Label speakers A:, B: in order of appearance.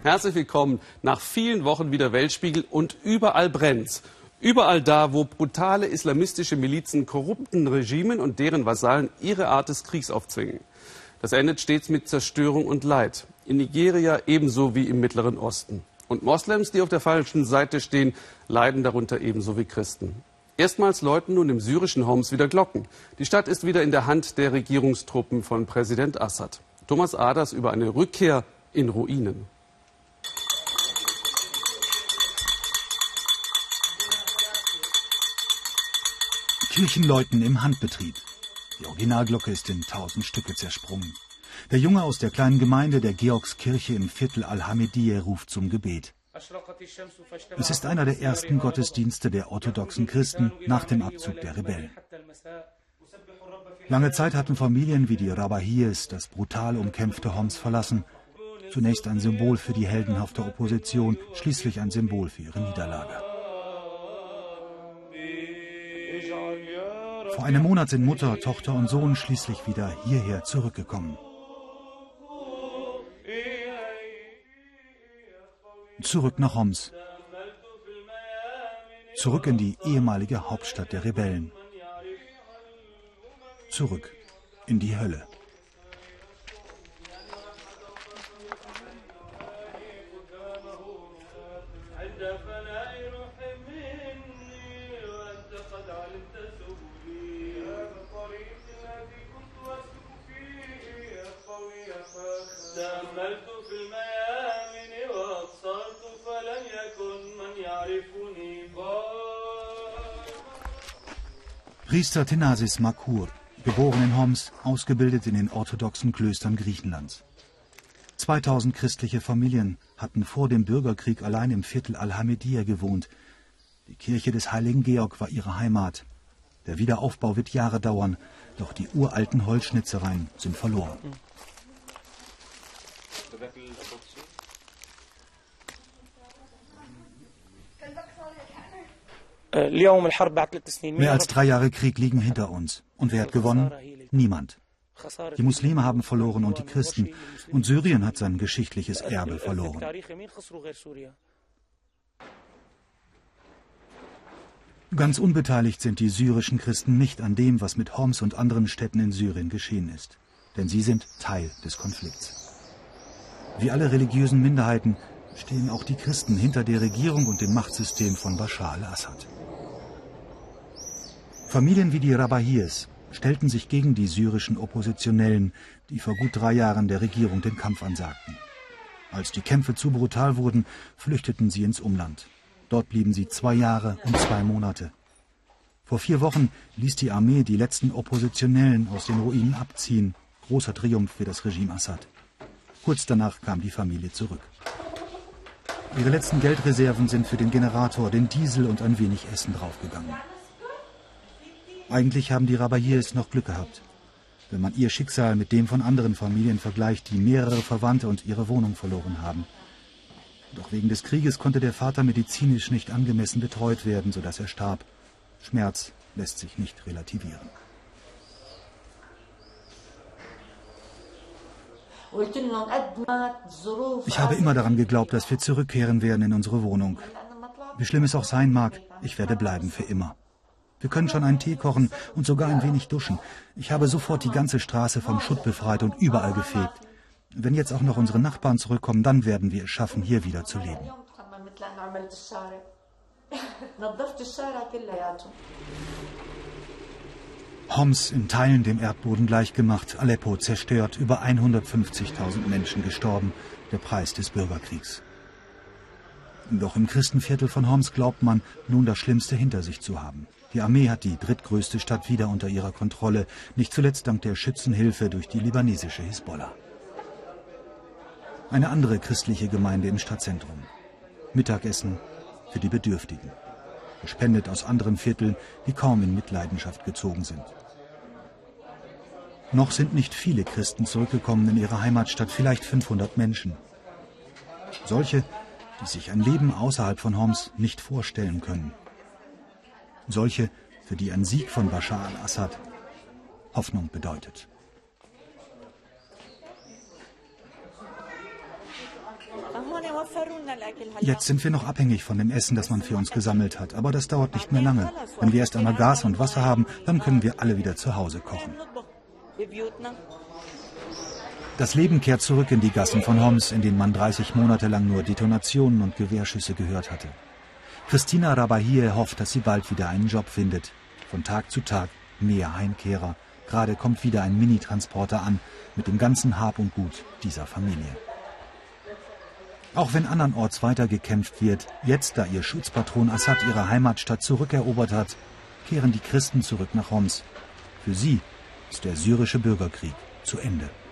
A: Herzlich willkommen nach vielen Wochen wieder Weltspiegel und überall brennt's. Überall da, wo brutale islamistische Milizen korrupten Regimen und deren Vasallen ihre Art des Kriegs aufzwingen. Das endet stets mit Zerstörung und Leid. In Nigeria ebenso wie im Mittleren Osten. Und Moslems, die auf der falschen Seite stehen, leiden darunter ebenso wie Christen. Erstmals läuten nun im syrischen Homs wieder Glocken. Die Stadt ist wieder in der Hand der Regierungstruppen von Präsident Assad. Thomas Aders über eine Rückkehr in Ruinen.
B: Kirchenläuten im Handbetrieb. Die Originalglocke ist in 1000 Stücke zersprungen. Der Junge aus der kleinen Gemeinde der Georgskirche im Viertel Al-Hamidiyeh ruft zum Gebet. Es ist einer der ersten Gottesdienste der orthodoxen Christen nach dem Abzug der Rebellen. Lange Zeit hatten Familien wie die Rabahiyes das brutal umkämpfte Homs verlassen. Zunächst ein Symbol für die heldenhafte Opposition, schließlich ein Symbol für ihre Niederlage. Vor einem Monat sind Mutter, Tochter und Sohn schließlich wieder hierher zurückgekommen. Zurück nach Homs. Zurück in die ehemalige Hauptstadt der Rebellen. Zurück in die Hölle. Priester Thanasis Makur, geboren in Homs, ausgebildet in den orthodoxen Klöstern Griechenlands. 2000 christliche Familien hatten vor dem Bürgerkrieg allein im Viertel Al-Hamidiyeh gewohnt. Die Kirche des heiligen Georg war ihre Heimat. Der Wiederaufbau wird Jahre dauern, doch die uralten Holzschnitzereien sind verloren. Mehr als 3 Jahre Krieg liegen hinter uns. Und wer hat gewonnen? Niemand. Die Muslime haben verloren und die Christen. Und Syrien hat sein geschichtliches Erbe verloren. Ganz unbeteiligt sind die syrischen Christen nicht an dem, was mit Homs und anderen Städten in Syrien geschehen ist. Denn sie sind Teil des Konflikts. Wie alle religiösen Minderheiten stehen auch die Christen hinter der Regierung und dem Machtsystem von Bashar al-Assad. Familien wie die Rabahiyes stellten sich gegen die syrischen Oppositionellen, die vor gut 3 Jahren der Regierung den Kampf ansagten. Als die Kämpfe zu brutal wurden, flüchteten sie ins Umland. Dort blieben sie 2 Jahre und 2 Monate. Vor 4 Wochen ließ die Armee die letzten Oppositionellen aus den Ruinen abziehen. Großer Triumph für das Regime Assad. Kurz danach kam die Familie zurück. Ihre letzten Geldreserven sind für den Generator, den Diesel und ein wenig Essen draufgegangen. Eigentlich haben die Rabahiyes noch Glück gehabt. Wenn man ihr Schicksal mit dem von anderen Familien vergleicht, die mehrere Verwandte und ihre Wohnung verloren haben. Doch wegen des Krieges konnte der Vater medizinisch nicht angemessen betreut werden, sodass er starb. Schmerz lässt sich nicht relativieren. Ich habe immer daran geglaubt, dass wir zurückkehren werden in unsere Wohnung. Wie schlimm es auch sein mag, ich werde bleiben für immer. Wir können schon einen Tee kochen und sogar ein wenig duschen. Ich habe sofort die ganze Straße vom Schutt befreit und überall gefegt. Wenn jetzt auch noch unsere Nachbarn zurückkommen, dann werden wir es schaffen, hier wieder zu leben. Homs in Teilen dem Erdboden gleichgemacht, Aleppo zerstört, über 150.000 Menschen gestorben, der Preis des Bürgerkriegs. Doch im Christenviertel von Homs glaubt man, nun das Schlimmste hinter sich zu haben. Die Armee hat die drittgrößte Stadt wieder unter ihrer Kontrolle, nicht zuletzt dank der Schützenhilfe durch die libanesische Hisbollah. Eine andere christliche Gemeinde im Stadtzentrum. Mittagessen für die Bedürftigen. Gespendet aus anderen Vierteln, die kaum in Mitleidenschaft gezogen sind. Noch sind nicht viele Christen zurückgekommen in ihre Heimatstadt, vielleicht 500 Menschen. Solche, die sich ein Leben außerhalb von Homs nicht vorstellen können. Solche, für die ein Sieg von Bashar al-Assad Hoffnung bedeutet. Jetzt sind wir noch abhängig von dem Essen, das man für uns gesammelt hat. Aber das dauert nicht mehr lange. Wenn wir erst einmal Gas und Wasser haben, dann können wir alle wieder zu Hause kochen. Das Leben kehrt zurück in die Gassen von Homs, in denen man 30 Monate lang nur Detonationen und Gewehrschüsse gehört hatte. Christina Rabahie hofft, dass sie bald wieder einen Job findet. Von Tag zu Tag mehr Heimkehrer. Gerade kommt wieder ein Minitransporter an mit dem ganzen Hab und Gut dieser Familie. Auch wenn andernorts weiter gekämpft wird, jetzt, da ihr Schutzpatron Assad ihre Heimatstadt zurückerobert hat, kehren die Christen zurück nach Homs. Für sie ist der syrische Bürgerkrieg zu Ende.